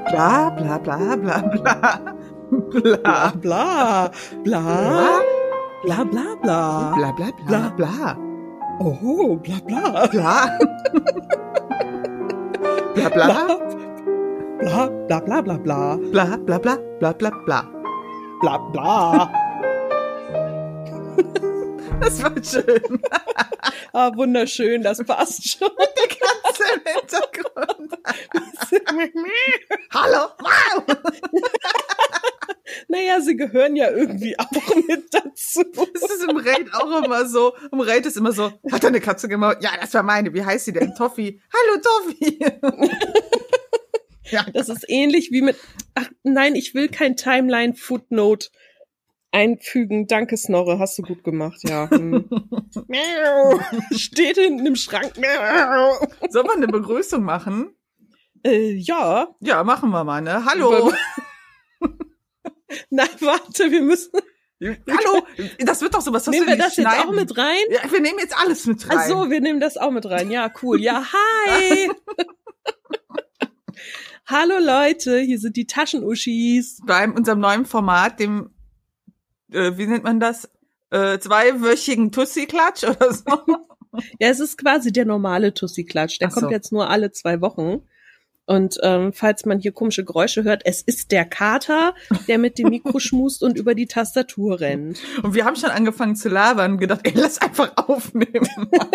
Bla bla bla bla bla. Bla bla bla bla bla bla Bla bla bla bla. Oh, bla bla Bla. Bla bla. bla bla bla bla bla Bla bla bla bla bla bla. bla bla. Das war schön. Ah, wunderschön, das passt schon. Der Katze im Hintergrund. Hallo. Wow. Naja, sie gehören ja irgendwie auch mit dazu. Das ist im Raid auch immer so. Im Raid ist immer so, hat er eine Katze gemacht? Ja, das war meine. Wie heißt sie denn? Toffi. Hallo, Toffi. Ja, Das ist ähnlich wie mit, ach nein, ich will kein Timeline-Footnote einfügen. Danke, Snorre, hast du gut gemacht, ja. Steht hinten im Schrank. Soll man eine Begrüßung machen? Ja. Ja, machen wir mal, ne? Hallo. Nein, warte, wir müssen... Hallo, das wird doch sowas, was nehmen wir das schneiden. Jetzt auch mit rein? Ja, wir nehmen jetzt alles mit rein. Ach so, wir nehmen das auch mit rein. Ja, cool. Ja, hi. Hallo Leute, hier sind die Taschenuschis. Bei unserem neuen Format, dem, wie nennt man das? 2-wöchigen Tussi-Klatsch oder so? Ja, es ist quasi der normale Tussi-Klatsch. Der kommt jetzt nur alle 2 Wochen. Und falls man hier komische Geräusche hört, es ist der Kater, der mit dem Mikro schmust und über die Tastatur rennt. Und wir haben schon angefangen zu labern und gedacht, ey, lass einfach aufnehmen.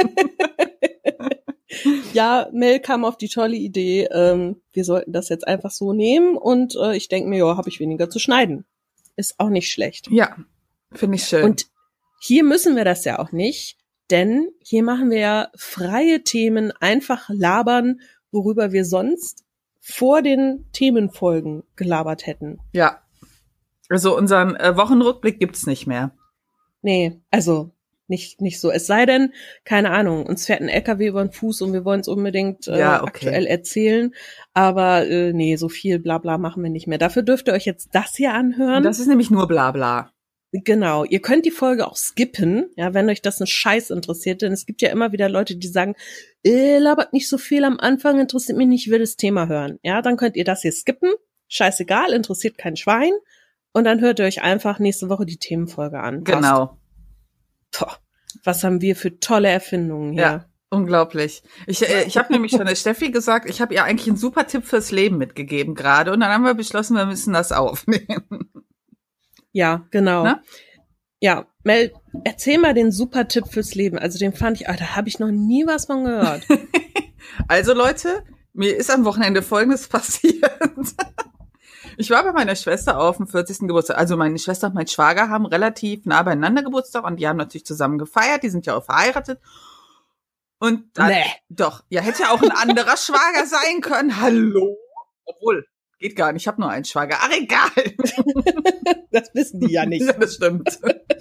Ja, Mel kam auf die tolle Idee, wir sollten das jetzt einfach so nehmen. Und ich denke mir, ja, habe ich weniger zu schneiden. Ist auch nicht schlecht. Ja, finde ich schön. Und hier müssen wir das ja auch nicht, denn hier machen wir ja freie Themen, einfach labern, worüber wir sonst vor den Themenfolgen gelabert hätten. Ja, also unseren Wochenrückblick gibt's nicht mehr. Nee, also nicht so. Es sei denn, keine Ahnung, uns fährt ein LKW über den Fuß und wir wollen es unbedingt aktuell erzählen. Aber nee, so viel Blabla machen wir nicht mehr. Dafür dürft ihr euch jetzt das hier anhören. Und das ist nämlich nur Blabla. Genau, ihr könnt die Folge auch skippen, ja, wenn euch das ein Scheiß interessiert, denn es gibt ja immer wieder Leute, die sagen, labert nicht so viel am Anfang, interessiert mich nicht, ich will das Thema hören. Ja, dann könnt ihr das hier skippen, scheißegal, interessiert kein Schwein und dann hört ihr euch einfach nächste Woche die Themenfolge an. Genau. Poh, was haben wir für tolle Erfindungen hier. Ja, unglaublich. Ich habe nämlich schon der Steffi gesagt, ich habe ihr eigentlich einen super Tipp fürs Leben mitgegeben gerade und dann haben wir beschlossen, wir müssen das aufnehmen. Ja, genau. Na? Ja, Mel, erzähl mal den super Tipp fürs Leben. Also den fand ich, da habe ich noch nie was von gehört. Also Leute, mir ist am Wochenende Folgendes passiert. Ich war bei meiner Schwester auf dem 40. Geburtstag. Also meine Schwester und mein Schwager haben relativ nah beieinander Geburtstag und die haben natürlich zusammen gefeiert. Die sind ja auch verheiratet. Und dann, doch, ja, hätte ja auch ein anderer Schwager sein können. Hallo? Obwohl, geht gar nicht, ich habe nur einen Schwager. Ach, egal. Das wissen die ja nicht. Ja, das stimmt.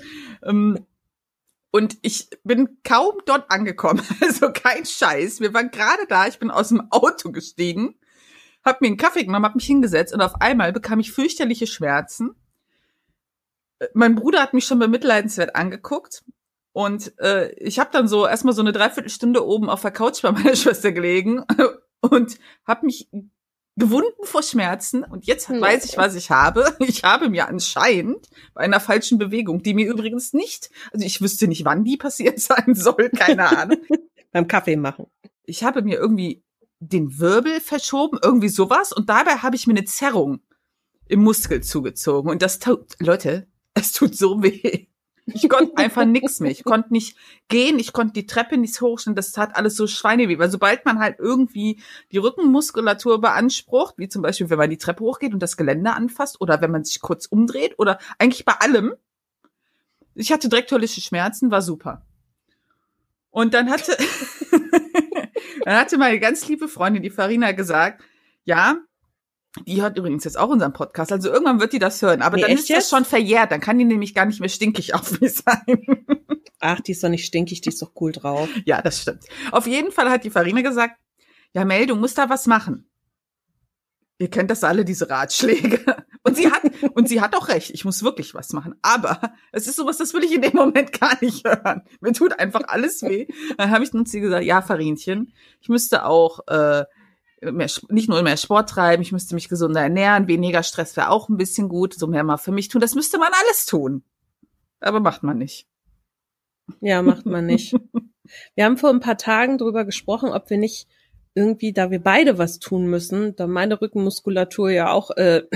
Und ich bin kaum dort angekommen. Also kein Scheiß. Wir waren gerade da, ich bin aus dem Auto gestiegen, hab mir einen Kaffee genommen, hab mich hingesetzt und auf einmal bekam ich fürchterliche Schmerzen. Mein Bruder hat mich schon bemitleidenswert angeguckt. Und ich habe dann so erstmal so eine Dreiviertelstunde oben auf der Couch bei meiner Schwester gelegen und habe mich gewunden vor Schmerzen und jetzt weiß ich, was ich habe. Ich habe mir anscheinend bei einer falschen Bewegung, die mir übrigens nicht, also ich wüsste nicht, wann die passiert sein soll, keine Ahnung. Beim Kaffee machen. Ich habe mir irgendwie den Wirbel verschoben, irgendwie sowas und dabei habe ich mir eine Zerrung im Muskel zugezogen und das tut, Leute, es tut so weh. Ich konnte einfach nix mehr. Ich konnte nicht gehen, ich konnte die Treppe nicht hochstellen. Das tat alles so schweineweh. Weil sobald man halt irgendwie die Rückenmuskulatur beansprucht, wie zum Beispiel, wenn man die Treppe hochgeht und das Geländer anfasst oder wenn man sich kurz umdreht oder eigentlich bei allem. Ich hatte direkt höllische Schmerzen, war super. Und dann hatte meine ganz liebe Freundin, die Farina, gesagt, ja, die hört übrigens jetzt auch unseren Podcast, also irgendwann wird die das hören, aber dann ist das schon verjährt, dann kann die nämlich gar nicht mehr stinkig auf mich sein. Ach, die ist doch nicht stinkig, die ist doch cool drauf. Ja, das stimmt. Auf jeden Fall hat die Farina gesagt, ja Mel, du musst da was machen. Ihr kennt das alle, diese Ratschläge. Und sie hat auch recht, ich muss wirklich was machen. Aber es ist sowas, das will ich in dem Moment gar nicht hören. Mir tut einfach alles weh. Dann habe ich nun zu ihr gesagt, ja Farinchen, ich müsste auch nicht nur mehr Sport treiben, ich müsste mich gesünder ernähren, weniger Stress wäre auch ein bisschen gut, so mehr mal für mich tun. Das müsste man alles tun. Aber macht man nicht. Ja, macht man nicht. Wir haben vor ein paar Tagen drüber gesprochen, ob wir nicht irgendwie, da wir beide was tun müssen, da meine Rückenmuskulatur ja auch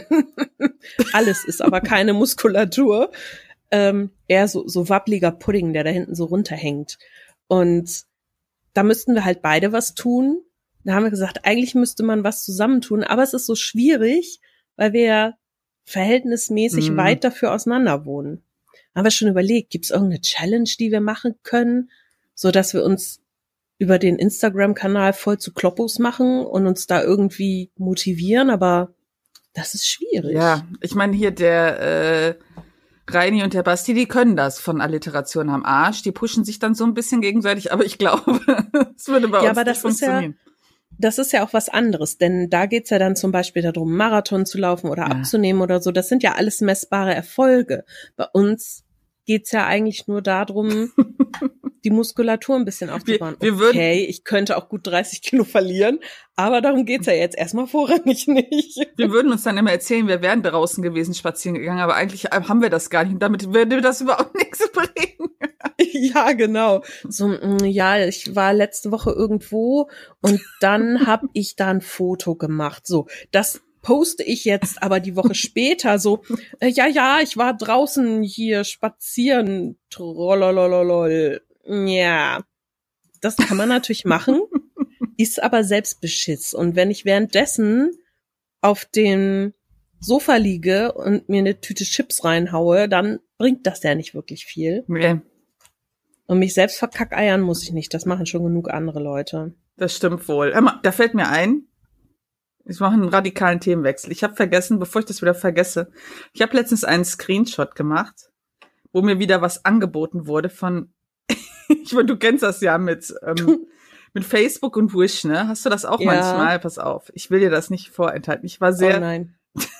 alles ist, aber keine Muskulatur, eher so wabbliger Pudding, der da hinten so runterhängt. Und da müssten wir halt beide was tun. Da haben wir gesagt, eigentlich müsste man was zusammentun, aber es ist so schwierig, weil wir ja verhältnismäßig weit dafür auseinander wohnen. Haben wir schon überlegt, gibt es irgendeine Challenge, die wir machen können, so dass wir uns über den Instagram-Kanal voll zu Kloppos machen und uns da irgendwie motivieren, aber das ist schwierig. Ja, ich meine hier der Reini und der Basti, die können das von Alliteration am Arsch. Die pushen sich dann so ein bisschen gegenseitig, aber ich glaube, es würde bei uns nicht funktionieren. Das ist ja auch was anderes, denn da geht's ja dann zum Beispiel darum, einen Marathon zu laufen oder abzunehmen oder so. Das sind ja alles messbare Erfolge. Bei uns geht's ja eigentlich nur darum, die Muskulatur ein bisschen aufzubauen. Okay, ich könnte auch gut 30 Kilo verlieren, aber darum geht's ja jetzt erstmal vorrangig nicht. Wir würden uns dann immer erzählen, wir wären draußen gewesen, spazieren gegangen, aber eigentlich haben wir das gar nicht und damit würde das überhaupt nichts bringen. Ja, genau. So, ja, ich war letzte Woche irgendwo und dann habe ich da ein Foto gemacht. So, das poste ich jetzt aber die Woche später so, ja, ich war draußen hier spazieren, trollolololol. Ja, das kann man natürlich machen, ist aber Selbstbeschiss. Und wenn ich währenddessen auf dem Sofa liege und mir eine Tüte Chips reinhaue, dann bringt das ja nicht wirklich viel. Nee. Und mich selbst verkackeiern muss ich nicht. Das machen schon genug andere Leute. Das stimmt wohl. Hör mal, da fällt mir ein, ich mache einen radikalen Themenwechsel. Ich habe vergessen, bevor ich das wieder vergesse, ich habe letztens einen Screenshot gemacht, wo mir wieder was angeboten wurde von, ich meine, du kennst das ja mit Facebook und Wish, ne? Hast du das auch manchmal? Pass auf, ich will dir das nicht vorenthalten. Ich war sehr... Oh nein.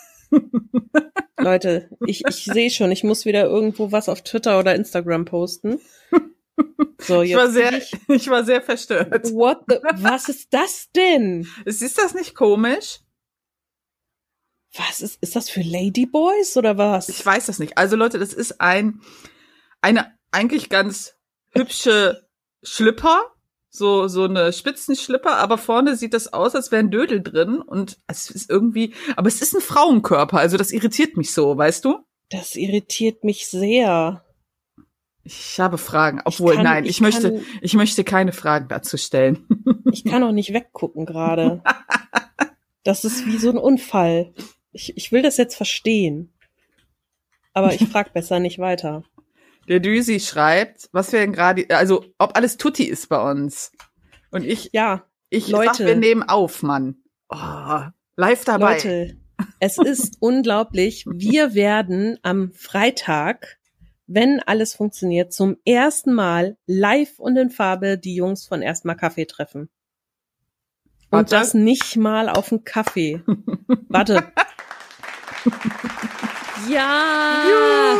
Leute, ich sehe schon, ich muss wieder irgendwo was auf Twitter oder Instagram posten. So, jetzt ich war sehr verstört. Was ist das denn? Ist das nicht komisch? Was ist das für Ladyboys oder was? Ich weiß das nicht. Also Leute, das ist eine eigentlich ganz hübsche Schlipper, so eine Spitzenschlipper, aber vorne sieht das aus, als wären Dödel drin und es ist irgendwie, aber es ist ein Frauenkörper, also das irritiert mich so, weißt du? Das irritiert mich sehr. Ich habe Fragen, obwohl ich möchte keine Fragen dazu stellen. Ich kann auch nicht weggucken gerade. Das ist wie so ein Unfall. Ich will das jetzt verstehen. Aber ich frage besser nicht weiter. Der Düsi schreibt, was wir denn gerade, also ob alles Tutti ist bei uns. Und ich Leute, wir nehmen auf, Mann. Oh, live dabei. Leute, es ist unglaublich. Wir werden am Freitag, wenn alles funktioniert, zum ersten Mal live und in Farbe die Jungs von Erstmal Kaffee treffen. Und das nicht mal auf einen Kaffee. Warte. Ja!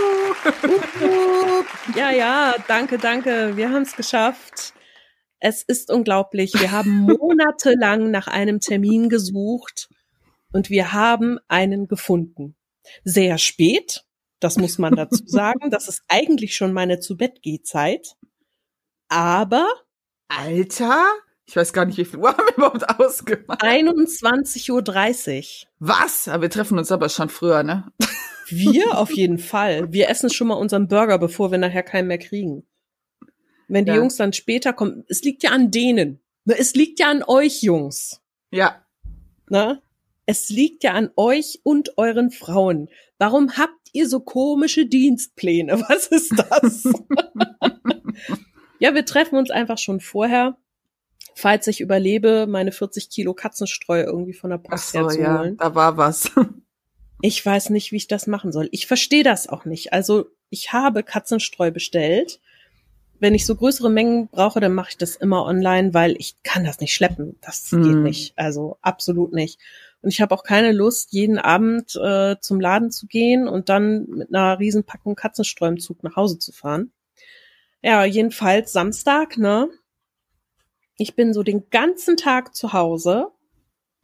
Ja, danke. Wir haben es geschafft. Es ist unglaublich. Wir haben monatelang nach einem Termin gesucht und wir haben einen gefunden. Sehr spät, das muss man dazu sagen. Das ist eigentlich schon meine Zu-Bett-Geh-Zeit. Aber Alter, ich weiß gar nicht, wie viel Uhr haben wir überhaupt ausgemacht. 21:30 Uhr. Was? Aber wir treffen uns aber schon früher, ne? Wir auf jeden Fall. Wir essen schon mal unseren Burger, bevor wir nachher keinen mehr kriegen. Wenn die Jungs dann später kommen, es liegt ja an denen. Es liegt ja an euch, Jungs. Ja. Na? Es liegt ja an euch und euren Frauen. Warum habt ihr so komische Dienstpläne? Was ist das? Ja, wir treffen uns einfach schon vorher, falls ich überlebe, meine 40 Kilo Katzenstreu irgendwie von der Post herzuholen. Ja, da war was. Ich weiß nicht, wie ich das machen soll. Ich verstehe das auch nicht. Also ich habe Katzenstreu bestellt. Wenn ich so größere Mengen brauche, dann mache ich das immer online, weil ich kann das nicht schleppen. Das geht nicht. Also absolut nicht. Und ich habe auch keine Lust, jeden Abend zum Laden zu gehen und dann mit einer riesen Packung Katzenstreu im Zug nach Hause zu fahren. Ja, jedenfalls Samstag, ne? Ich bin so den ganzen Tag zu Hause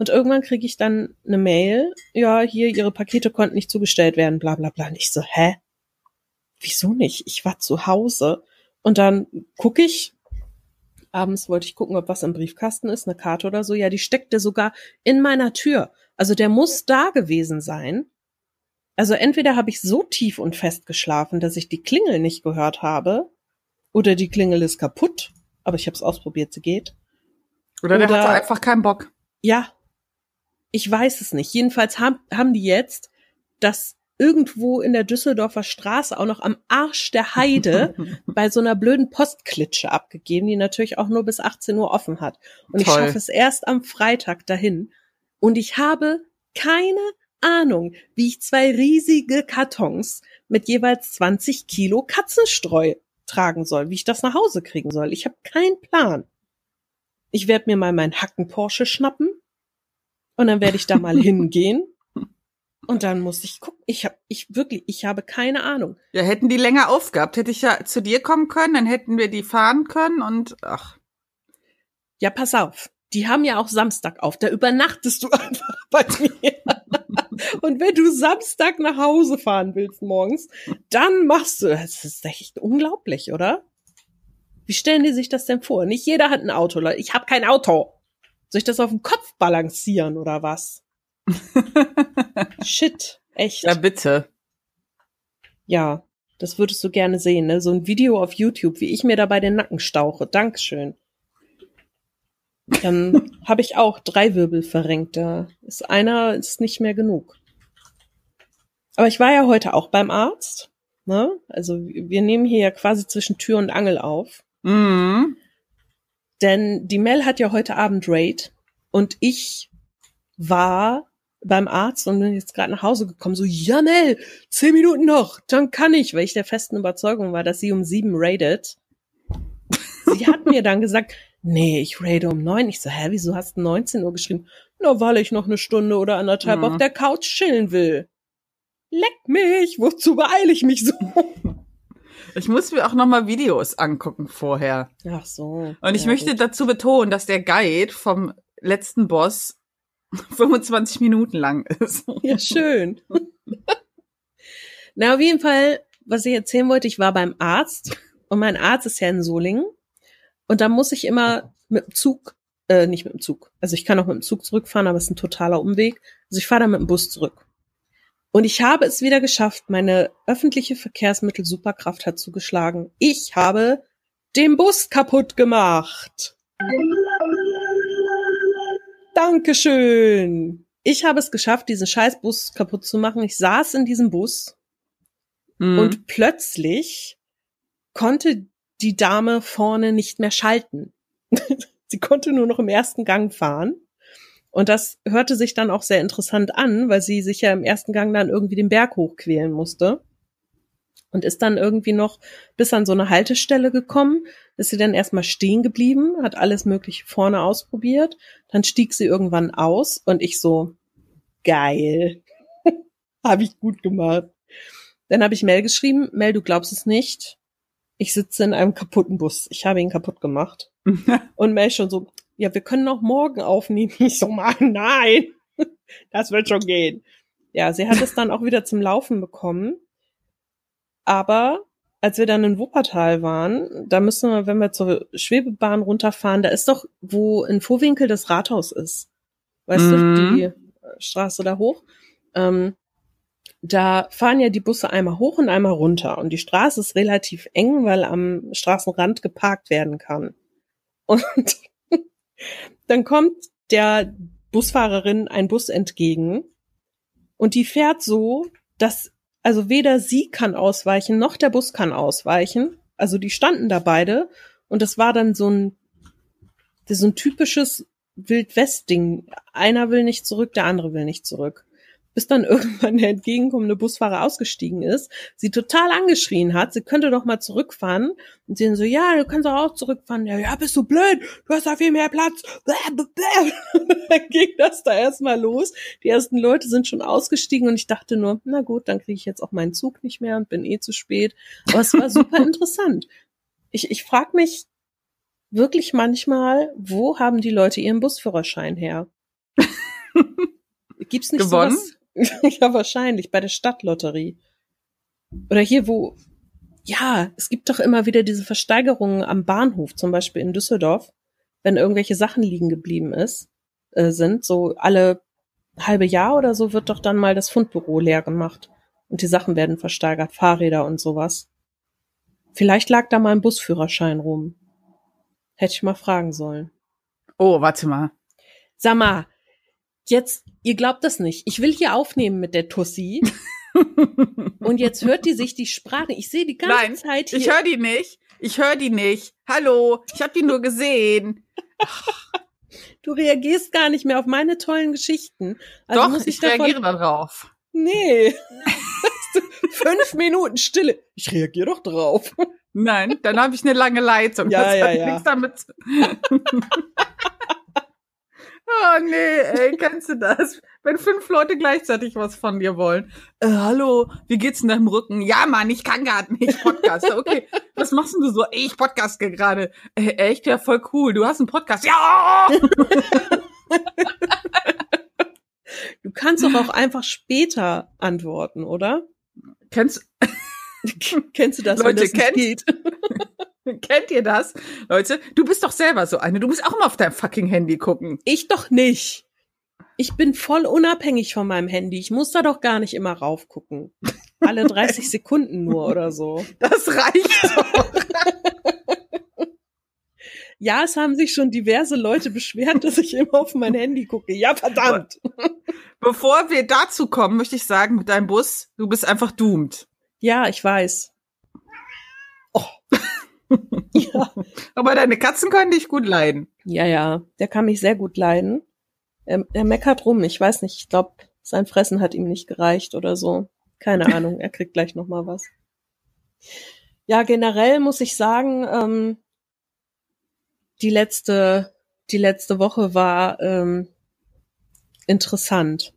Und irgendwann kriege ich dann eine Mail, ja, hier, Ihre Pakete konnten nicht zugestellt werden, bla bla bla. Und ich so, hä? Wieso nicht? Ich war zu Hause. Und dann gucke ich, abends wollte ich gucken, ob was im Briefkasten ist, eine Karte oder so. Ja, die steckte sogar in meiner Tür. Also der muss da gewesen sein. Also entweder habe ich so tief und fest geschlafen, dass ich die Klingel nicht gehört habe, oder die Klingel ist kaputt, aber ich habe es ausprobiert, sie geht. Oder der hatte einfach keinen Bock. Ja, ich weiß es nicht. Jedenfalls haben die jetzt das irgendwo in der Düsseldorfer Straße auch noch am Arsch der Heide bei so einer blöden Postklitsche abgegeben, die natürlich auch nur bis 18 Uhr offen hat. Und Toll. Ich schaffe es erst am Freitag dahin. Und ich habe keine Ahnung, wie ich 2 riesige Kartons mit jeweils 20 Kilo Katzenstreu tragen soll, wie ich das nach Hause kriegen soll. Ich habe keinen Plan. Ich werde mir mal meinen Hacken-Porsche schnappen und dann werde ich da mal hingehen. Und dann muss ich gucken. Ich habe keine Ahnung. Ja, hätten die länger aufgehabt, hätte ich ja zu dir kommen können, dann hätten wir die fahren können und ach. Ja, pass auf. Die haben ja auch Samstag auf. Da übernachtest du einfach bei mir. Und wenn du Samstag nach Hause fahren willst morgens, dann machst du, das ist echt unglaublich, oder? Wie stellen die sich das denn vor? Nicht jeder hat ein Auto, Leute. Ich habe kein Auto. Soll ich das auf dem Kopf balancieren oder was? Shit, echt. Ja, bitte. Ja, das würdest du gerne sehen, ne? So ein Video auf YouTube, wie ich mir dabei den Nacken stauche. Dankeschön. Dann habe ich auch 3 Wirbel verrenkt. Da ist einer, ist nicht mehr genug. Aber ich war ja heute auch beim Arzt. Ne? Also wir nehmen hier ja quasi zwischen Tür und Angel auf. Mhm. Denn die Mel hat ja heute Abend Raid. Und ich war beim Arzt und bin jetzt gerade nach Hause gekommen. So, ja Mel, 10 Minuten noch, dann kann ich. Weil ich der festen Überzeugung war, dass sie um 7 raidet. Sie hat mir dann gesagt, nee, ich raide um 9. Ich so, wieso hast du 19 Uhr geschrieben? Na, weil ich noch eine Stunde oder anderthalb auf der Couch chillen will. Leck mich, wozu beeile ich mich so? Ich muss mir auch noch mal Videos angucken vorher. Ach so. Und ich möchte dazu betonen, dass der Guide vom letzten Boss 25 Minuten lang ist. Ja, schön. Na, auf jeden Fall, was ich erzählen wollte, ich war beim Arzt und mein Arzt ist ja in Solingen und da muss ich immer mit dem Zug, nicht mit dem Zug, also ich kann auch mit dem Zug zurückfahren, aber es ist ein totaler Umweg. Also ich fahre da mit dem Bus zurück. Und ich habe es wieder geschafft, meine öffentliche Verkehrsmittel-Superkraft hat zugeschlagen. Ich habe den Bus kaputt gemacht. Dankeschön. Ich habe es geschafft, diesen scheiß Bus kaputt zu machen. Ich saß in diesem Bus und plötzlich konnte die Dame vorne nicht mehr schalten. Sie konnte nur noch im ersten Gang fahren. Und das hörte sich dann auch sehr interessant an, weil sie sich ja im ersten Gang dann irgendwie den Berg hochquälen musste. Und ist dann irgendwie noch bis an so eine Haltestelle gekommen, ist sie dann erstmal stehen geblieben, hat alles Mögliche vorne ausprobiert, dann stieg sie irgendwann aus und ich so, geil, habe ich gut gemacht. Dann habe ich Mel geschrieben, Mel, du glaubst es nicht, ich sitze in einem kaputten Bus, ich habe ihn kaputt gemacht. Und Mel schon so, ja, wir können auch morgen aufnehmen. Ich so, Mann, nein, das wird schon gehen. Ja, sie hat es dann auch wieder zum Laufen bekommen. Aber als wir dann in Wuppertal waren, da müssen wir, wenn wir zur Schwebebahn runterfahren, da ist doch, wo in Vohwinkel das Rathaus ist. Weißt du, die Straße da hoch. Da fahren ja die Busse einmal hoch und einmal runter. Und die Straße ist relativ eng, weil am Straßenrand geparkt werden kann. Und dann kommt der Busfahrerin ein Bus entgegen und die fährt so, dass also weder sie kann ausweichen, noch der Bus kann ausweichen. Also die standen da beide und das war dann so ein typisches Wild-West-Ding. Einer will nicht zurück, der andere will nicht zurück. Bis dann irgendwann der entgegenkommende Busfahrer ausgestiegen ist, sie total angeschrien hat, sie könnte doch mal zurückfahren. Und sie dann so, ja, du kannst auch zurückfahren. Ja, bist du blöd, du hast da viel mehr Platz. Dann ging das da erstmal los. Die ersten Leute sind schon ausgestiegen und ich dachte nur, na gut, dann kriege ich jetzt auch meinen Zug nicht mehr und bin zu spät. Aber es war super interessant. Ich frage mich wirklich manchmal, wo haben die Leute ihren Busführerschein her? Gibt's nicht Gewonnen? sowas? Ja, wahrscheinlich, bei der Stadtlotterie. Oder hier, wo, ja, es gibt doch immer wieder diese Versteigerungen am Bahnhof, zum Beispiel in Düsseldorf, wenn irgendwelche Sachen liegen geblieben sind, so alle halbe Jahr oder so wird doch dann mal das Fundbüro leer gemacht. Und die Sachen werden versteigert, Fahrräder und sowas. Vielleicht lag da mal ein Busführerschein rum. Hätte ich mal fragen sollen. Oh, warte mal. Sag mal, jetzt, ihr glaubt das nicht. Ich will hier aufnehmen mit der Tussi. Und jetzt hört die sich die Sprache. Ich sehe die ganze Zeit hier. Ich höre die nicht. Ich höre die nicht. Hallo, ich habe die nur gesehen. Du reagierst gar nicht mehr auf meine tollen Geschichten. Also Doch, muss ich reagiere darauf. Nee. 5 Minuten Stille. Ich reagiere doch drauf. Nein, dann habe ich eine lange Leitung. Ja, das ja, hat ja. nichts damit. Oh nee, ey, kennst du das? Wenn 5 Leute gleichzeitig was von dir wollen. Hallo, wie geht's in deinem Rücken? Ja, Mann, ich kann gerade nicht podcasten. Okay, was machst denn du so? Ey, ich podcaste gerade. Echt? Ja, voll cool. Du hast einen Podcast. Ja! Du kannst doch auch einfach später antworten, oder? Kennst du das, Leute, wenn das nicht geht? Kennt ihr das? Leute, du bist doch selber so eine. Du musst auch immer auf dein fucking Handy gucken. Ich doch nicht. Ich bin voll unabhängig von meinem Handy. Ich muss da doch gar nicht immer raufgucken. Alle 30 Sekunden nur oder so. Das reicht doch. Ja, es haben sich schon diverse Leute beschwert, dass ich immer auf mein Handy gucke. Ja, verdammt. Bevor wir dazu kommen, möchte ich sagen, mit deinem Bus, du bist einfach doomed. Ja, ich weiß. Oh. Ja. Aber deine Katzen können dich gut leiden. Ja, der kann mich sehr gut leiden. Er meckert rum, ich weiß nicht, ich glaube, sein Fressen hat ihm nicht gereicht oder so. Keine Ahnung, er kriegt gleich noch mal was. Ja, generell muss ich sagen, die letzte Woche war interessant.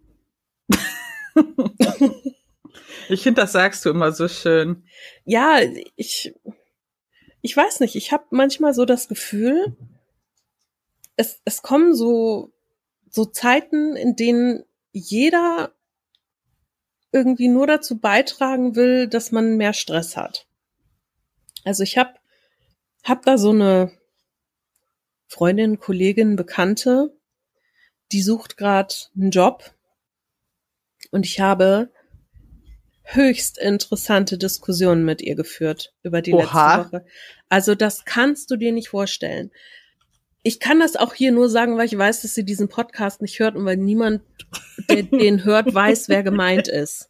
Ich finde, das sagst du immer so schön. Ja, ich weiß nicht, ich habe manchmal so das Gefühl, es kommen so Zeiten, in denen jeder irgendwie nur dazu beitragen will, dass man mehr Stress hat. Also ich hab da so eine Freundin, Kollegin, Bekannte, die sucht gerade einen Job und ich habe höchst interessante Diskussionen mit ihr geführt über die letzte Woche. Also das kannst du dir nicht vorstellen. Ich kann das auch hier nur sagen, weil ich weiß, dass sie diesen Podcast nicht hört und weil niemand, der den hört, weiß, wer gemeint ist.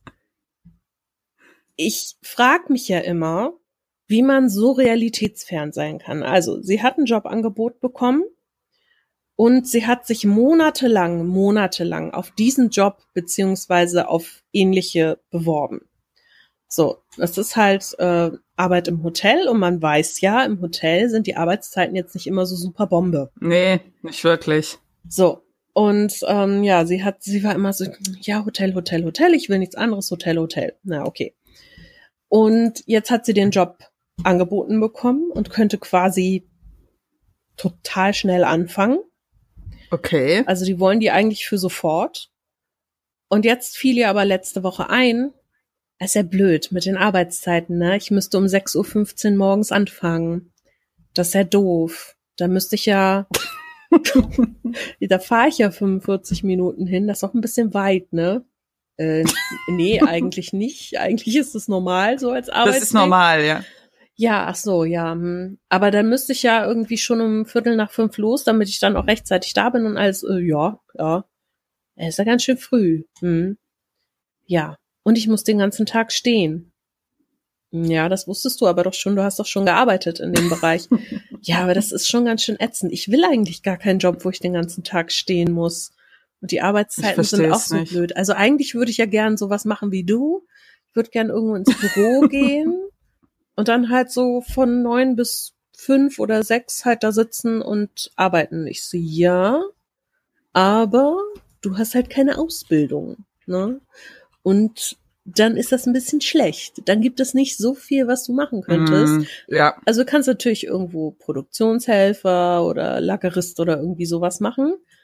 Ich frage mich ja immer, wie man so realitätsfern sein kann. Also, sie hat ein Jobangebot bekommen und sie hat sich monatelang auf diesen Job beziehungsweise auf ähnliche beworben. So, das ist halt Arbeit im Hotel und man weiß ja, im Hotel sind die Arbeitszeiten jetzt nicht immer so super Bombe. Nee, nicht wirklich. So, und ja, sie war immer so, ja, Hotel, ich will nichts anderes, Hotel. Na, okay. Und jetzt hat sie den Job angeboten bekommen und könnte quasi total schnell anfangen. Okay. Also die wollen die eigentlich für sofort. Und jetzt fiel ihr aber letzte Woche ein, das ist ja blöd mit den Arbeitszeiten, ne? Ich müsste um 6:15 Uhr morgens anfangen. Das ist ja doof. Da müsste ich ja, da fahre ich ja 45 Minuten hin. Das ist auch ein bisschen weit, ne? Nee, eigentlich nicht. Eigentlich ist es normal, so als Arbeitsweg. Das ist normal, ja. Ja, ach so, ja. Aber dann müsste ich ja irgendwie schon um 4:45 los, damit ich dann auch rechtzeitig da bin und alles, ja. Ist ja ganz schön früh. Ja. Und ich muss den ganzen Tag stehen. Ja, das wusstest du aber doch schon. Du hast doch schon gearbeitet in dem Bereich. Ja, aber das ist schon ganz schön ätzend. Ich will eigentlich gar keinen Job, wo ich den ganzen Tag stehen muss. Und die Arbeitszeiten sind auch so blöd. Also eigentlich würde ich ja gern sowas machen wie du. Ich würde gern irgendwo ins Büro gehen und dann halt so von 9 bis 5 oder 6 halt da sitzen und arbeiten. Ich so, ja, aber du hast halt keine Ausbildung, ne? Und dann ist das ein bisschen schlecht. Dann gibt es nicht so viel, was du machen könntest. Ja. Also du kannst natürlich irgendwo Produktionshelfer oder Lagerist oder irgendwie sowas machen.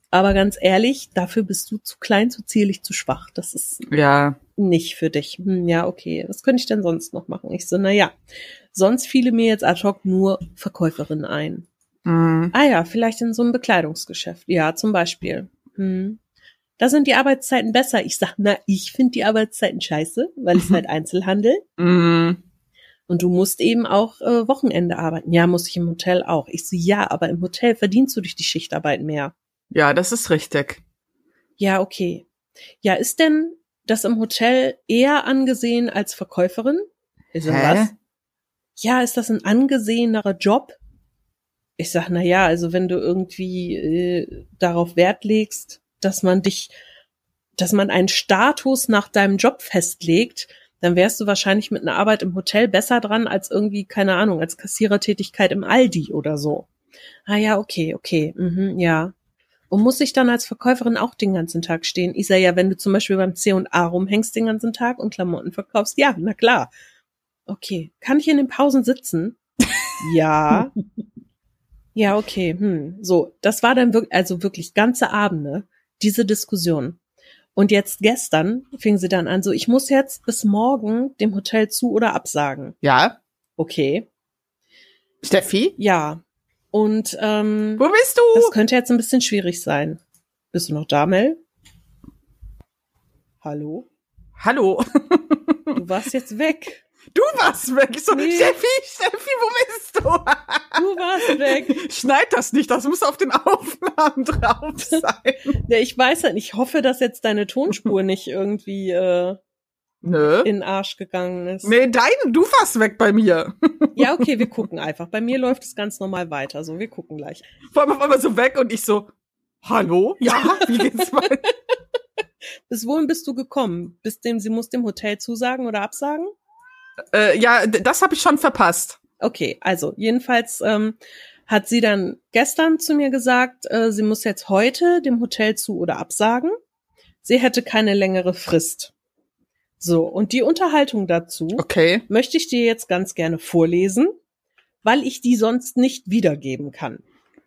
Aber ganz ehrlich, dafür bist du zu klein, zu zierlich, zu schwach. Das ist nicht für dich. Ja, okay. Was könnte ich denn sonst noch machen? Ich so, naja, sonst fiele mir jetzt ad hoc nur Verkäuferin ein. Ah ja, vielleicht in so einem Bekleidungsgeschäft. Ja, zum Beispiel. Da sind die Arbeitszeiten besser. Ich sag, ich finde die Arbeitszeiten scheiße, weil es halt Einzelhandel. Und du musst eben auch Wochenende arbeiten. Ja, muss ich im Hotel auch. Ich so, ja, aber im Hotel verdienst du durch die Schichtarbeit mehr. Ja, das ist richtig. Ja, okay. Ja, ist denn das im Hotel eher angesehen als Verkäuferin? Ich so, was? Ja, ist das ein angesehenerer Job? Ich sag, na ja, also wenn du irgendwie darauf Wert legst, dass man einen Status nach deinem Job festlegt, dann wärst du wahrscheinlich mit einer Arbeit im Hotel besser dran als irgendwie, keine Ahnung, als Kassierertätigkeit im Aldi oder so. Ah ja, okay, ja. Und muss ich dann als Verkäuferin auch den ganzen Tag stehen? Ich sag, ja, wenn du zum Beispiel beim C&A rumhängst den ganzen Tag und Klamotten verkaufst, ja, na klar. Okay, kann ich in den Pausen sitzen? Ja. Ja, okay, So, das war dann wirklich ganze Abende, diese Diskussion. Und jetzt gestern fing sie dann an, so, ich muss jetzt bis morgen dem Hotel zu- oder absagen. Ja. Okay. Steffi? Ja. Und wo bist du? Das könnte jetzt ein bisschen schwierig sein. Bist du noch da, Mel? Hallo? Hallo. Du warst jetzt weg. Du warst weg. Ich so, Nee. Steffi, wo bist du? Du warst weg. Schneid das nicht, das muss auf den Aufnahmen drauf sein. Ja, ich weiß halt, ich hoffe, dass jetzt deine Tonspur nicht irgendwie Nö. in den Arsch gegangen ist. Nee, du warst weg bei mir. Ja, okay, wir gucken einfach. Bei mir läuft es ganz normal weiter, so, wir gucken gleich. Vor allem auf einmal so weg und ich so, hallo? Ja, wie geht's weiter? Bis wohin bist du gekommen? Sie muss dem Hotel zusagen oder absagen? Ja, das habe ich schon verpasst. Okay, also jedenfalls hat sie dann gestern zu mir gesagt, sie muss jetzt heute dem Hotel zu- oder absagen. Sie hätte keine längere Frist. So, und die Unterhaltung dazu möchte ich dir jetzt ganz gerne vorlesen, weil ich die sonst nicht wiedergeben kann.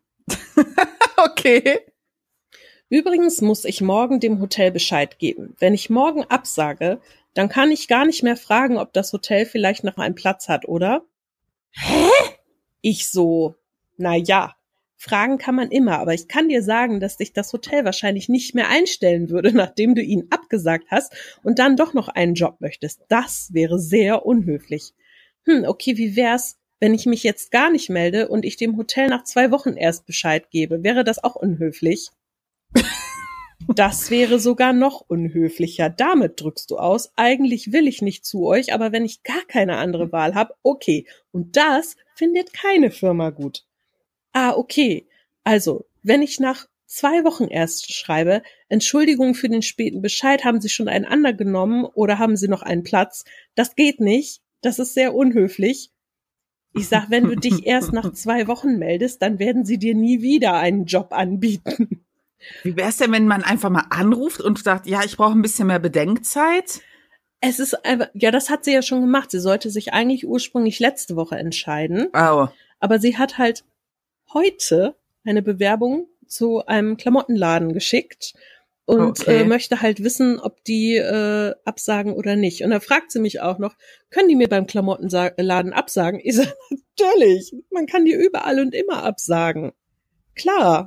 Okay. Übrigens muss ich morgen dem Hotel Bescheid geben. Wenn ich morgen absage, dann kann ich gar nicht mehr fragen, ob das Hotel vielleicht noch einen Platz hat, oder? Hä? Ich so, na ja, fragen kann man immer, aber ich kann dir sagen, dass dich das Hotel wahrscheinlich nicht mehr einstellen würde, nachdem du ihn abgesagt hast und dann doch noch einen Job möchtest. Das wäre sehr unhöflich. Okay, wie wär's, wenn ich mich jetzt gar nicht melde und ich dem Hotel nach 2 Wochen erst Bescheid gebe? Wäre das auch unhöflich? Das wäre sogar noch unhöflicher. Damit drückst du aus, eigentlich will ich nicht zu euch, aber wenn ich gar keine andere Wahl habe, okay. Und das findet keine Firma gut. Ah, okay. Also, wenn ich nach 2 Wochen erst schreibe, Entschuldigung für den späten Bescheid, haben Sie schon einen anderen genommen oder haben Sie noch einen Platz? Das geht nicht. Das ist sehr unhöflich. Ich sag, wenn du dich erst nach 2 Wochen meldest, dann werden sie dir nie wieder einen Job anbieten. Wie wär's denn, wenn man einfach mal anruft und sagt, ja, ich brauche ein bisschen mehr Bedenkzeit? Es ist einfach, ja, das hat sie ja schon gemacht. Sie sollte sich eigentlich ursprünglich letzte Woche entscheiden. Oh. Aber sie hat halt heute eine Bewerbung zu einem Klamottenladen geschickt und möchte halt wissen, ob die absagen oder nicht. Und da fragt sie mich auch noch, können die mir beim Klamottenladen absagen? Ich sage, natürlich, man kann die überall und immer absagen. Klar.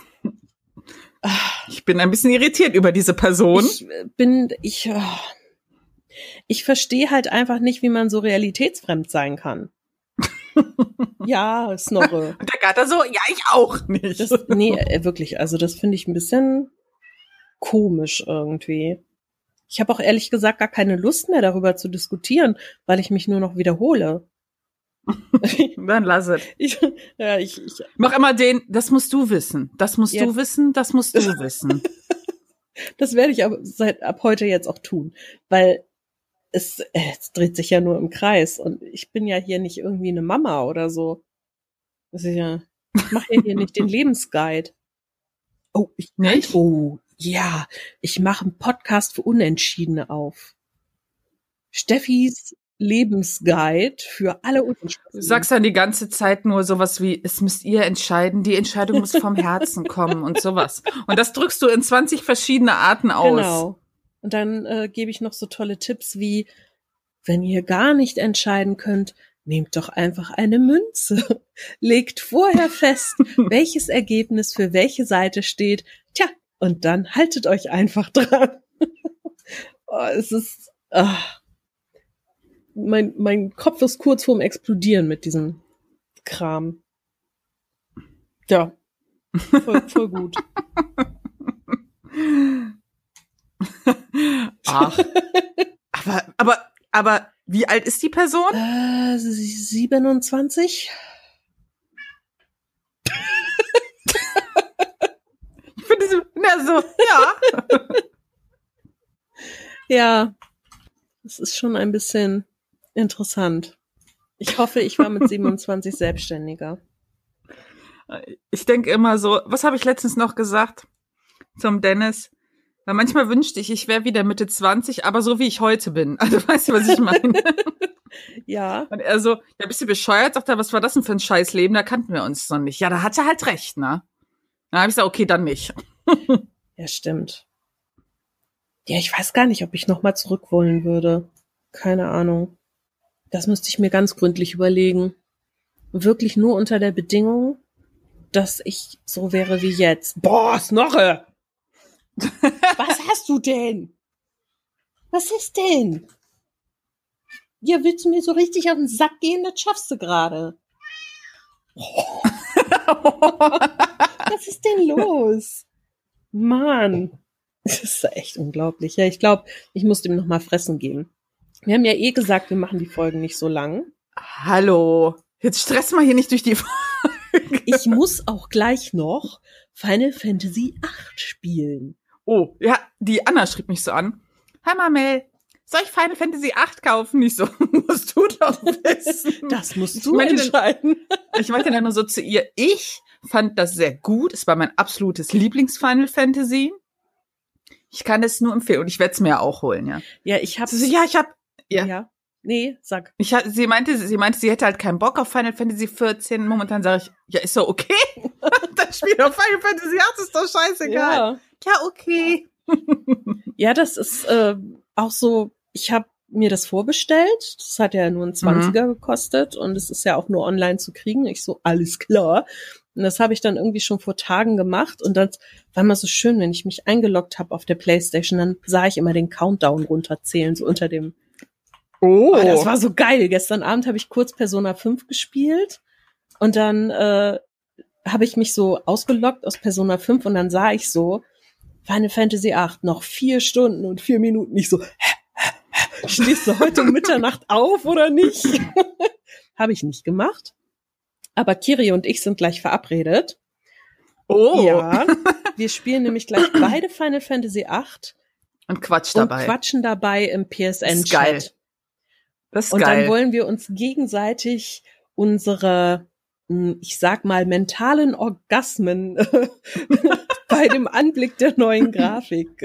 Ich bin ein bisschen irritiert über diese Person. Ich verstehe halt einfach nicht, wie man so realitätsfremd sein kann. Ja, Snorre. Und der Gatter so, ja, ich auch nicht. Wirklich, also das finde ich ein bisschen komisch irgendwie. Ich habe auch ehrlich gesagt gar keine Lust mehr darüber zu diskutieren, weil ich mich nur noch wiederhole. Dann lass es. Ich mach immer das musst du wissen. Das musst du wissen, das musst du wissen. Das werde ich aber ab heute jetzt auch tun, weil es dreht sich ja nur im Kreis und ich bin ja hier nicht irgendwie eine Mama oder so. Ich mache ja hier nicht den Lebensguide. Oh, nicht? Oh, ja, ich mache einen Podcast für Unentschiedene auf. Steffis Lebensguide für alle Du sagst dann die ganze Zeit nur sowas wie, es müsst ihr entscheiden, die Entscheidung muss vom Herzen kommen und sowas. Und das drückst du in 20 verschiedene Arten aus. Genau. Und dann gebe ich noch so tolle Tipps wie, wenn ihr gar nicht entscheiden könnt, nehmt doch einfach eine Münze. Legt vorher fest, welches Ergebnis für welche Seite steht. Tja, und dann haltet euch einfach dran. Es ist, mein Kopf ist kurz vorm Explodieren mit diesem Kram. Ja, voll gut. Ach, aber wie alt ist die Person? 27. Ich finde so, ja. Ja, es ist schon ein bisschen interessant. Ich hoffe, ich war mit 27 selbstständiger. Ich denke immer so, was habe ich letztens noch gesagt zum Dennis? Weil manchmal wünschte ich wäre wieder Mitte 20, aber so wie ich heute bin. Also weißt du, was ich meine? Ja. Und er so, ja, bist du bescheuert? Sagt er, was war das denn für ein Scheißleben? Da kannten wir uns noch nicht. Ja, da hat er halt recht, ne? Dann habe ich gesagt, okay, dann nicht. Ja, stimmt. Ja, ich weiß gar nicht, ob ich nochmal zurück wollen würde. Keine Ahnung. Das müsste ich mir ganz gründlich überlegen. Wirklich nur unter der Bedingung, dass ich so wäre wie jetzt. Boah, Snorre! Was hast du denn? Was ist denn? Ja, willst du mir so richtig auf den Sack gehen? Das schaffst du gerade. Was ist denn los? Mann. Das ist echt unglaublich. Ja, ich glaube, ich muss dem noch mal fressen geben. Wir haben ja gesagt, wir machen die Folgen nicht so lang. Hallo. Jetzt stress mal hier nicht durch die Folge. Ich muss auch gleich noch Final Fantasy 8 spielen. Oh, ja, die Anna schrieb mich so an. Hi Mamel, soll ich Final Fantasy 8 kaufen? Nicht so, musst du doch wissen. Das musst du entscheiden. Ich meinte dann nur so zu ihr, ich fand das sehr gut. Es war mein absolutes Lieblings-Final Fantasy. Ich kann es nur empfehlen und ich werde es mir auch holen, ja. Ja, ich habe. Ja. Nee, sag. Sie meinte, sie hätte halt keinen Bock auf Final Fantasy 14. Momentan sage ich, ja, ist doch okay. Das Spiel auf Final Fantasy 8 ist doch scheißegal. Ja, okay. Ja, das ist auch so, ich habe mir das vorbestellt. Das hat ja nur einen 20er gekostet und es ist ja auch nur online zu kriegen. Ich so, alles klar. Und das habe ich dann irgendwie schon vor Tagen gemacht und das war immer so schön, wenn ich mich eingeloggt habe auf der PlayStation, dann sah ich immer den Countdown runterzählen, so unter dem. Oh, das war so geil. Gestern Abend habe ich kurz Persona 5 gespielt und dann habe ich mich so ausgeloggt aus Persona 5 und dann sah ich so, Final Fantasy 8, noch 4 Stunden und 4 Minuten. Ich so, stehst du heute um Mitternacht auf oder nicht? Habe ich nicht gemacht. Aber Kiri und ich sind gleich verabredet. Oh. Ja, wir spielen nämlich gleich beide Final Fantasy 8. Und quatschen dabei im PSN-Chat. Das ist geil. Das ist und geil. Dann wollen wir uns gegenseitig unsere, ich sag mal, mentalen Orgasmen bei dem Anblick der neuen Grafik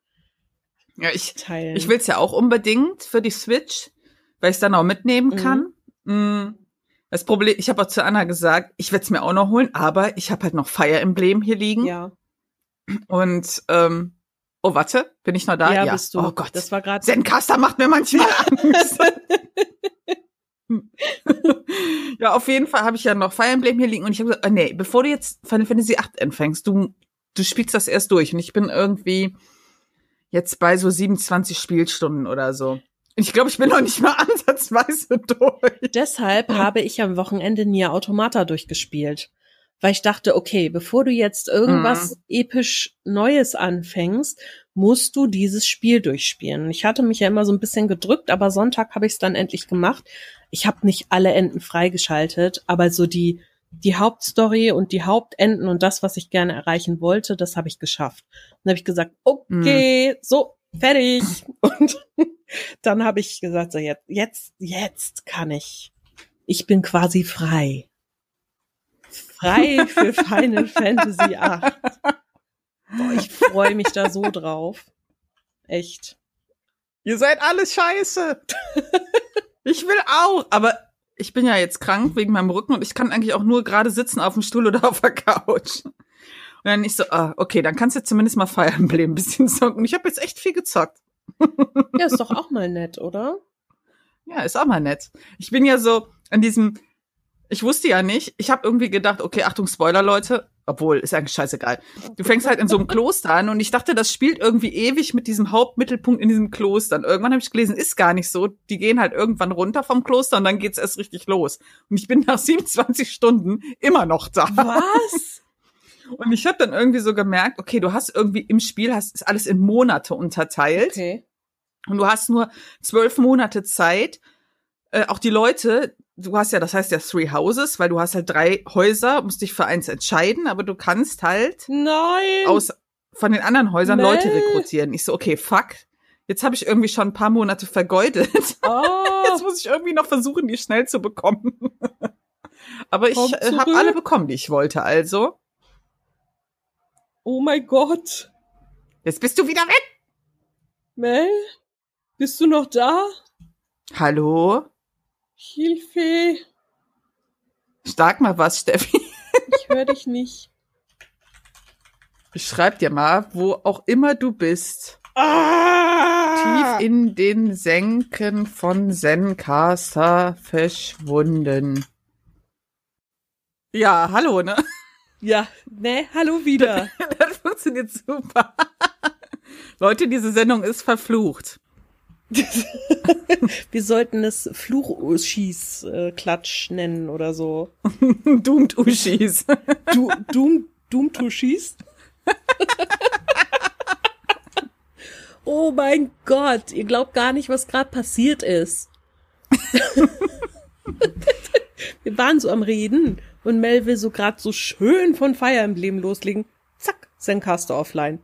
teilen. Ich will es ja auch unbedingt für die Switch, weil ich es dann auch mitnehmen kann. Das Problem, ich habe auch zu Anna gesagt, ich werde es mir auch noch holen, aber ich habe halt noch Fire Emblem hier liegen. Ja. Und oh, warte, bin ich noch da? Ja, bist du. Oh Gott, das war gerade. Zencaster macht mir manchmal Angst. Ja, auf jeden Fall habe ich ja noch Fire Emblem hier liegen und ich habe gesagt, nee, bevor du jetzt Final Fantasy 8 anfängst, du spielst das erst durch und ich bin irgendwie jetzt bei so 27 Spielstunden oder so. Ich glaube, ich bin noch nicht mal ansatzweise durch. Deshalb habe ich am Wochenende Nier Automata durchgespielt. Weil ich dachte, okay, bevor du jetzt irgendwas episch Neues anfängst, musst du dieses Spiel durchspielen. Ich hatte mich ja immer so ein bisschen gedrückt, aber Sonntag habe ich es dann endlich gemacht. Ich habe nicht alle Enden freigeschaltet, aber so die Hauptstory und die Hauptenden und das, was ich gerne erreichen wollte, das habe ich geschafft. Dann habe ich gesagt, okay, so, fertig. Und dann habe ich gesagt, so jetzt kann ich. Ich bin quasi frei. Frei für Final Fantasy 8. Boah, ich freue mich da so drauf. Echt. Ihr seid alle scheiße. Ich will auch, aber ich bin ja jetzt krank wegen meinem Rücken und ich kann eigentlich auch nur gerade sitzen auf dem Stuhl oder auf der Couch. Und dann ich so, okay, dann kannst du zumindest mal Fire Emblem ein bisschen zocken. Ich habe jetzt echt viel gezockt. Ja, ist doch auch mal nett, oder? Ja, ist auch mal nett. Ich bin ja so an diesem, ich wusste ja nicht, ich habe irgendwie gedacht, okay, Achtung, Spoiler, Leute, obwohl, ist eigentlich scheißegal. Du fängst halt in so einem Kloster an und ich dachte, das spielt irgendwie ewig mit diesem Hauptmittelpunkt in diesem Kloster. Und irgendwann habe ich gelesen, ist gar nicht so. Die gehen halt irgendwann runter vom Kloster und dann geht's erst richtig los. Und ich bin nach 27 Stunden immer noch da. Was? Und ich habe dann irgendwie so gemerkt, okay, du hast irgendwie im Spiel, ist alles in Monate unterteilt. Okay. Und du hast nur 12 Monate Zeit. Auch die Leute, du hast ja, das heißt ja 3 Houses, weil du hast halt 3 Häuser, musst dich für eins entscheiden, aber du kannst halt von den anderen Häusern Leute rekrutieren. Ich so, okay, fuck. Jetzt habe ich irgendwie schon ein paar Monate vergeudet. Oh. Jetzt muss ich irgendwie noch versuchen, die schnell zu bekommen. Aber ich habe alle bekommen, die ich wollte, also. Oh mein Gott. Jetzt bist du wieder weg. Mel? Bist du noch da? Hallo? Hilfe. Sag mal was, Steffi. Ich höre dich nicht. Beschreib dir mal, wo auch immer du bist. Tief in den Senken von Zencaster verschwunden. Ja, hallo, ne? Ja, ne, hallo wieder. Das funktioniert super. Leute, diese Sendung ist verflucht. Wir sollten es Fluchschieß-Klatsch nennen oder so. Doomed Uschis. Doomed Uschis? Oh mein Gott, ihr glaubt gar nicht, was gerade passiert ist. Wir waren so am Reden und Mel will so gerade so schön von Fire Emblem loslegen. Zack, Zencaster offline.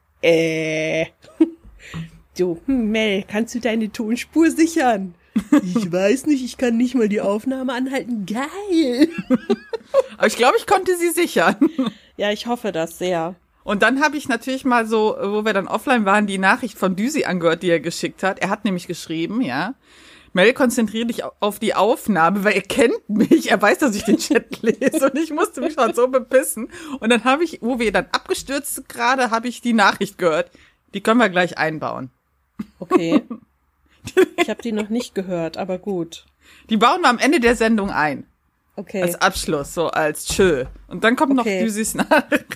Du, Mel, kannst du deine Tonspur sichern? Ich weiß nicht, ich kann nicht mal die Aufnahme anhalten. Geil. Aber ich glaube, ich konnte sie sichern. Ja, ich hoffe das sehr. Und dann habe ich natürlich mal so, wo wir dann offline waren, die Nachricht von Düsi angehört, die er geschickt hat. Er hat nämlich geschrieben, ja, Mel, konzentriere dich auf die Aufnahme, weil er kennt mich. Er weiß, dass ich den Chat lese und ich musste mich schon so bepissen. Und dann habe ich, wo wir dann abgestürzt gerade, habe ich die Nachricht gehört. Die können wir gleich einbauen. Okay. Ich habe die noch nicht gehört, aber gut. Die bauen wir am Ende der Sendung ein. Okay. Als Abschluss, so als Tschö. Und dann kommt noch Düsis Nachricht.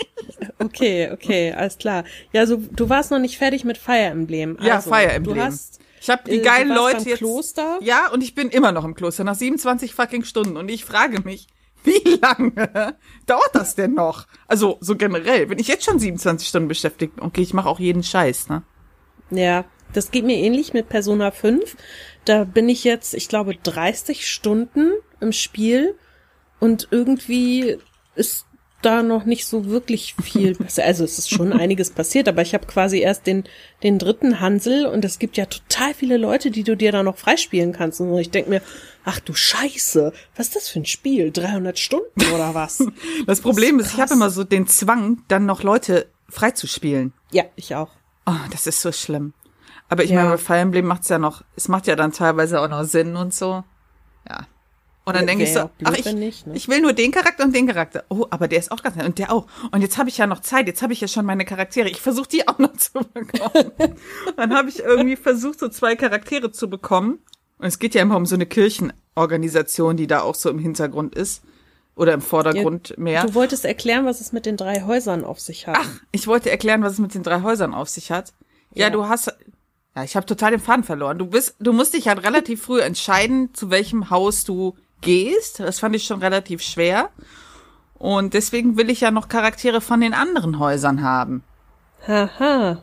Okay, alles klar. Ja, also du warst noch nicht fertig mit Fire Emblem. Ja, also, Fire Emblem. Ich habe die geilen Leute jetzt. Kloster? Ja, und ich bin immer noch im Kloster nach 27 fucking Stunden und ich frage mich, wie lange dauert das denn noch? Also so generell, wenn ich jetzt schon 27 Stunden beschäftigt, okay, ich mache auch jeden Scheiß, ne? Ja, das geht mir ähnlich mit Persona 5. Da bin ich jetzt, ich glaube, 30 Stunden im Spiel und irgendwie ist da noch nicht so wirklich viel passiert. Also es ist schon einiges passiert, aber ich habe quasi erst den dritten Hansel und es gibt ja total viele Leute, die du dir da noch freispielen kannst. Und ich denk mir, ach du Scheiße, was ist das für ein Spiel? 300 Stunden oder was? Das Problem ist, ich habe immer so den Zwang, dann noch Leute freizuspielen. Ja, ich auch. Oh, das ist so schlimm. Aber ich meine, bei Fire Emblem macht's ja noch, es macht ja dann teilweise auch noch Sinn und so. Ja. Und dann denke ich so, ich will nur den Charakter und den Charakter. Oh, aber der ist auch ganz nett und der auch. Und jetzt habe ich ja noch Zeit, jetzt habe ich ja schon meine Charaktere. Ich versuche die auch noch zu bekommen. Dann habe ich irgendwie versucht, so 2 Charaktere zu bekommen. Und es geht ja immer um so eine Kirchenorganisation, die da auch so im Hintergrund ist. Oder im Vordergrund mehr. Du wolltest erklären, was es mit den 3 Häusern auf sich hat. Ach, ich wollte erklären, was es mit den 3 Häusern auf sich hat. Ja, du hast... Ja, ich habe total den Faden verloren. Du musst dich halt relativ früh entscheiden, zu welchem Haus du gehst. Das fand ich schon relativ schwer. Und deswegen will ich ja noch Charaktere von den anderen Häusern haben. Haha.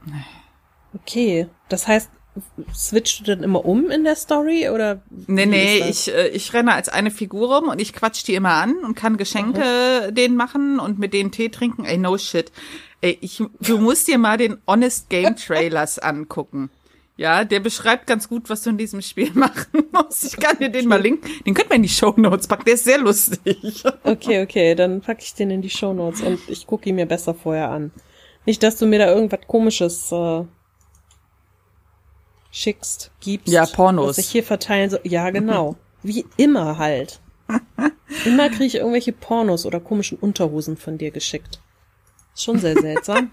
Okay. Das heißt, switchst du dann immer um in der Story oder? Nee, ich renne als eine Figur rum und ich quatsch die immer an und kann Geschenke denen machen und mit denen Tee trinken. Ey, no shit. Ey, du musst dir mal den Honest Game Trailers angucken. Ja, der beschreibt ganz gut, was du in diesem Spiel machen musst. Ich kann dir den mal linken. Den könnten wir in die Shownotes packen. Der ist sehr lustig. Okay, dann packe ich den in die Shownotes und ich gucke ihn mir besser vorher an. Nicht, dass du mir da irgendwas Komisches schickst, gibst. Ja, Pornos. Was ich hier verteilen soll. Ja, genau. Wie immer halt. Immer kriege ich irgendwelche Pornos oder komischen Unterhosen von dir geschickt. Schon sehr seltsam.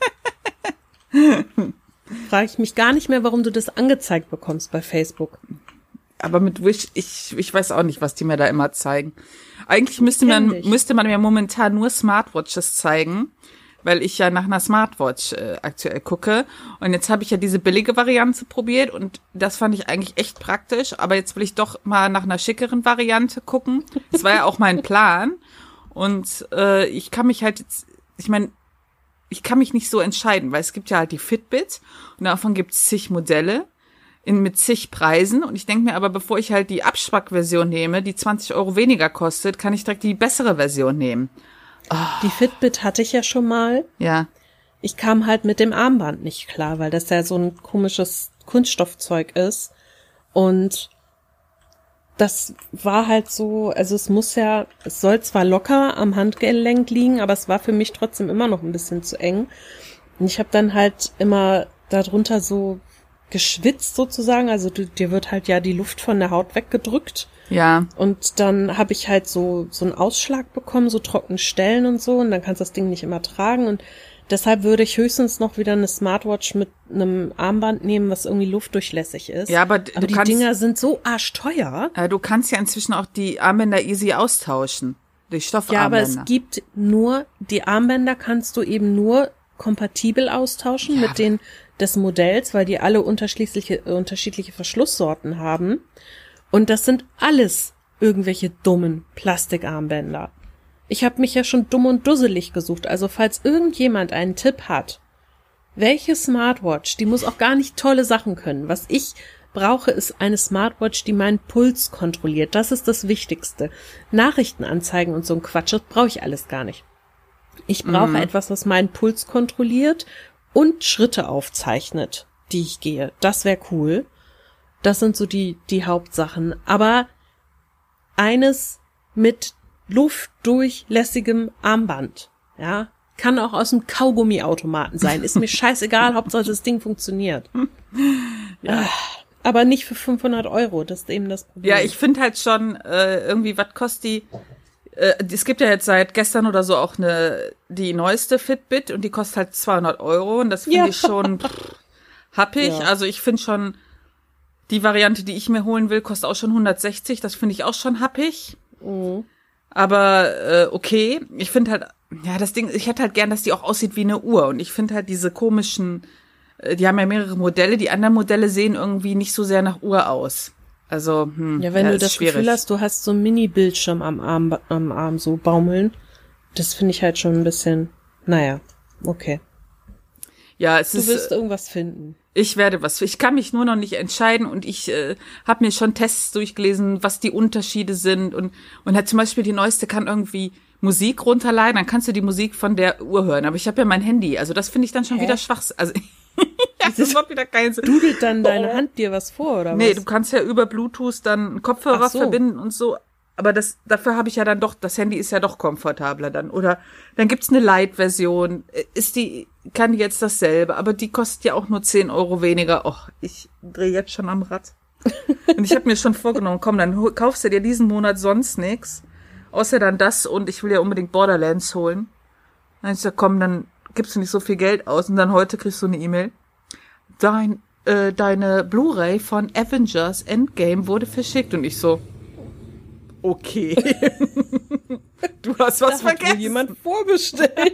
Frage ich mich gar nicht mehr, warum du das angezeigt bekommst bei Facebook. Aber mit Wish, ich weiß auch nicht, was die mir da immer zeigen. Eigentlich müsste man mir momentan nur Smartwatches zeigen, weil ich ja nach einer Smartwatch aktuell gucke. Und jetzt habe ich ja diese billige Variante probiert und das fand ich eigentlich echt praktisch. Aber jetzt will ich doch mal nach einer schickeren Variante gucken. Das war ja auch mein Plan. Und ich kann mich halt jetzt, ich kann mich nicht so entscheiden, weil es gibt ja halt die Fitbit und davon gibt es zig Modelle mit zig Preisen. Und ich denke mir aber, bevor ich halt die Abspackversion nehme, die 20 € weniger kostet, kann ich direkt die bessere Version nehmen. Die Fitbit hatte ich ja schon mal. Ja. Ich kam halt mit dem Armband nicht klar, weil das ja so ein komisches Kunststoffzeug ist. Und das war halt so, also es soll zwar locker am Handgelenk liegen, aber es war für mich trotzdem immer noch ein bisschen zu eng. Und ich habe dann halt immer darunter so geschwitzt sozusagen, also dir wird halt ja die Luft von der Haut weggedrückt. Ja. Und dann habe ich halt so einen Ausschlag bekommen, so trockene Stellen und so, und dann kannst du das Ding nicht immer tragen, und deshalb würde ich höchstens noch wieder eine Smartwatch mit einem Armband nehmen, was irgendwie luftdurchlässig ist. Ja, aber die Dinger sind so arschteuer. Du kannst ja inzwischen auch die Armbänder easy austauschen. Die Stoffarmbänder. Ja, aber es gibt nur, die Armbänder kannst du eben nur kompatibel austauschen mit denen des Modells, weil die alle unterschiedliche Verschlusssorten haben. Und das sind alles irgendwelche dummen Plastikarmbänder. Ich habe mich ja schon dumm und dusselig gesucht. Also falls irgendjemand einen Tipp hat, welche Smartwatch, die muss auch gar nicht tolle Sachen können. Was ich brauche, ist eine Smartwatch, die meinen Puls kontrolliert. Das ist das Wichtigste. Nachrichtenanzeigen und so ein Quatsch, das brauche ich alles gar nicht. Ich brauche etwas, was meinen Puls kontrolliert und Schritte aufzeichnet, die ich gehe. Das wäre cool. Das sind so die Hauptsachen. Aber eines mit luftdurchlässigem Armband, ja, kann auch aus dem Kaugummiautomaten sein. Ist mir scheißegal, Hauptsache das Ding funktioniert. Ja. Aber nicht für 500 €, das ist eben das Problem. Ja, ich finde halt schon, irgendwie, was kostet die? Es gibt ja jetzt seit gestern oder so auch die neueste Fitbit und die kostet halt 200 € und das finde ich schon happig. Ja. Also ich finde schon, die Variante, die ich mir holen will, kostet auch schon 160. Das finde ich auch schon happig. Mhm. Aber okay, ich finde halt, ja, das Ding, ich hätte halt gern, dass die auch aussieht wie eine Uhr. Und ich finde halt diese komischen, die haben ja mehrere Modelle, die anderen Modelle sehen irgendwie nicht so sehr nach Uhr aus. Also, ja, wenn du das Gefühl hast, du hast so einen Mini-Bildschirm am Arm so baumeln, das finde ich halt schon ein bisschen, naja, okay. Ja, du wirst irgendwas finden. Ich kann mich nur noch nicht entscheiden und ich habe mir schon Tests durchgelesen, was die Unterschiede sind und halt zum Beispiel die neueste kann irgendwie Musik runterladen, dann kannst du die Musik von der Uhr hören, aber ich habe ja mein Handy, also das finde ich dann schon wieder schwach. Also das macht wieder keinen Sinn. Dudelt dann deine Hand dir was vor, oder was? Nee, du kannst ja über Bluetooth dann einen Kopfhörer verbinden und so. Aber dafür habe ich ja dann doch, das Handy ist ja doch komfortabler dann. Oder dann gibt's eine Lite-Version. Kann die jetzt dasselbe, aber die kostet ja auch nur 10 € weniger. Och, ich drehe jetzt schon am Rad. Und ich habe mir schon vorgenommen, komm, dann kaufst du dir diesen Monat sonst nix. Außer dann das und ich will ja unbedingt Borderlands holen. Dann ist ja, komm, dann gibst du nicht so viel Geld aus und dann heute kriegst du eine E-Mail. Deine Blu-ray von Avengers Endgame wurde verschickt und ich so, okay. Du hast was vergessen. Hat jemand vorbestellt.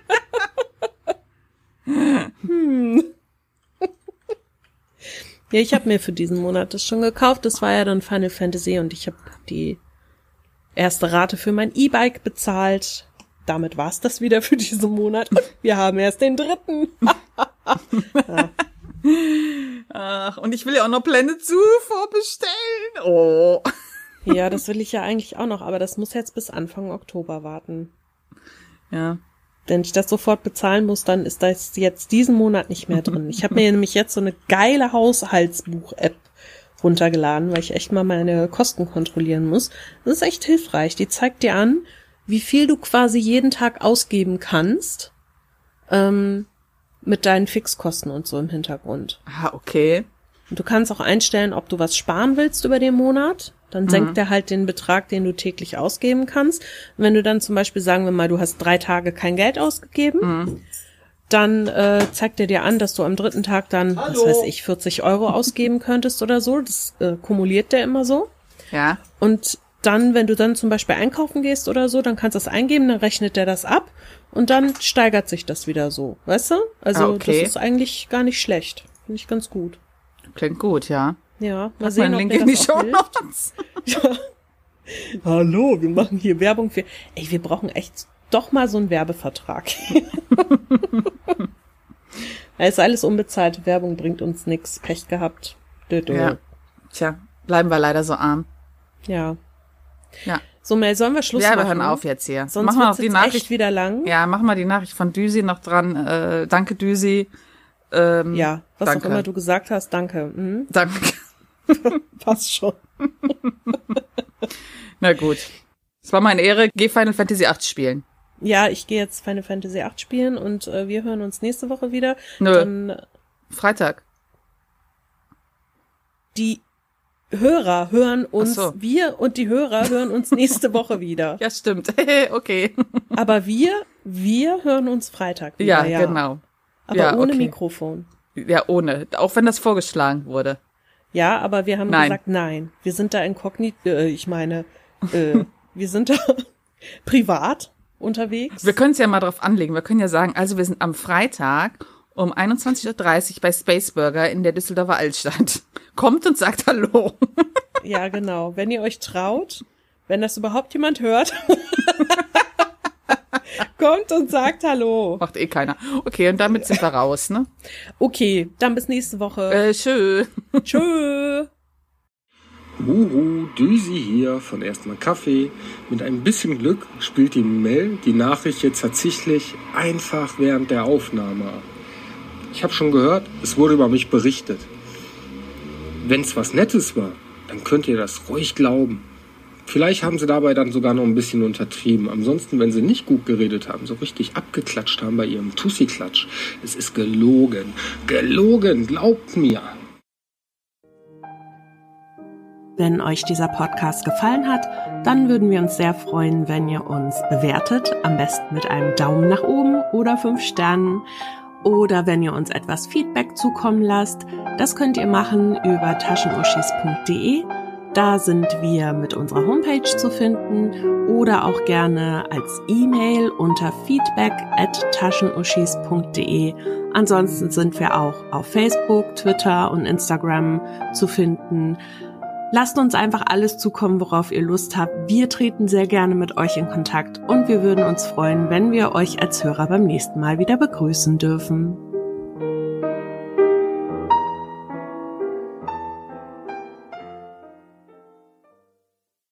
Ja, ich habe mir für diesen Monat das schon gekauft. Das war ja dann Final Fantasy und ich habe die erste Rate für mein E-Bike bezahlt. Damit war's das wieder für diesen Monat. Wir haben erst den 3. Ja. Ach, und ich will ja auch noch Planet Zoo vorbestellen. Oh. Ja, das will ich ja eigentlich auch noch, aber das muss jetzt bis Anfang Oktober warten. Ja. Wenn ich das sofort bezahlen muss, dann ist das jetzt diesen Monat nicht mehr drin. Ich habe mir nämlich jetzt so eine geile Haushaltsbuch-App runtergeladen, weil ich echt mal meine Kosten kontrollieren muss. Das ist echt hilfreich. Die zeigt dir an, wie viel du quasi jeden Tag ausgeben kannst, mit deinen Fixkosten und so im Hintergrund. Ah, okay. Und du kannst auch einstellen, ob du was sparen willst über den Monat. Dann senkt der halt den Betrag, den du täglich ausgeben kannst. Und wenn du dann zum Beispiel, sagen wir mal, du hast 3 Tage kein Geld ausgegeben, dann zeigt er dir an, dass du am 3. Tag dann, was weiß ich, 40 Euro ausgeben könntest oder so. Das kumuliert der immer so. Ja. Und dann, wenn du dann zum Beispiel einkaufen gehst oder so, dann kannst du das eingeben, dann rechnet der das ab und dann steigert sich das wieder so, weißt du? Also okay. Das ist eigentlich gar nicht schlecht. Finde ich ganz gut. Klingt gut, ja. Ja, mal sehen, ob Link der in die das auch will. Shownotes. Ja. Hallo, wir machen hier Werbung für... Ey, wir brauchen echt doch mal so einen Werbevertrag. Da ist alles unbezahlte Werbung, bringt uns nix. Pech gehabt. Ja. Tja, bleiben wir leider so arm. Ja. Ja. So, Mel, sollen wir Schluss machen? Ja, wir hören auf jetzt hier. Sonst machen wir wird's noch die jetzt Nachricht echt wieder lang. Ja, machen wir die Nachricht von Düsi noch dran. Danke, Düsi. Ja, was danke. auch immer du gesagt hast, danke. Mhm. Danke. Passt schon. Na gut. Es war meine Ehre. Geh Final Fantasy 8 spielen. Ja, ich gehe jetzt Final Fantasy 8 spielen und wir hören uns nächste Woche wieder. Nö. Dann, Freitag. die Hörer hören uns, Ach so. wir und die Hörer hören uns nächste Woche wieder. Ja, stimmt. Okay. Aber wir hören uns Freitag wieder. Ja, genau. Aber ja, ohne okay. Mikrofon. Ja, ohne. Auch wenn das vorgeschlagen wurde. Ja, aber wir haben gesagt, nein. Wir sind da wir sind da privat unterwegs. Wir können es ja mal drauf anlegen. Wir können ja sagen, also wir sind am Freitag um 21.30 Uhr bei Space Burger in der Düsseldorfer Altstadt. Kommt und sagt Hallo. Ja, genau. Wenn ihr euch traut, wenn das überhaupt jemand hört, kommt und sagt Hallo. Macht eh keiner. Okay, und damit sind wir raus, ne? Okay, dann bis nächste Woche. Tschö. Tschö. Huhu, Düsi hier von Erstmal Kaffee. Mit ein bisschen Glück spielt die Mel die Nachricht jetzt tatsächlich einfach während der Aufnahme ab. Ich habe schon gehört, es wurde über mich berichtet. Wenn es was Nettes war, dann könnt ihr das ruhig glauben. Vielleicht haben sie dabei dann sogar noch ein bisschen untertrieben. Ansonsten, wenn sie nicht gut geredet haben, so richtig abgeklatscht haben bei ihrem Tussi-Klatsch. Es ist gelogen. Gelogen, glaubt mir. Wenn euch dieser Podcast gefallen hat, dann würden wir uns sehr freuen, wenn ihr uns bewertet, am besten mit einem Daumen nach oben oder 5 Sternen. Oder wenn ihr uns etwas Feedback zukommen lasst, das könnt ihr machen über taschenuschis.de. Da sind wir mit unserer Homepage zu finden oder auch gerne als E-Mail unter feedback@taschenuschis.de. Ansonsten sind wir auch auf Facebook, Twitter und Instagram zu finden. Lasst uns einfach alles zukommen, worauf ihr Lust habt. Wir treten sehr gerne mit euch in Kontakt und wir würden uns freuen, wenn wir euch als Hörer beim nächsten Mal wieder begrüßen dürfen.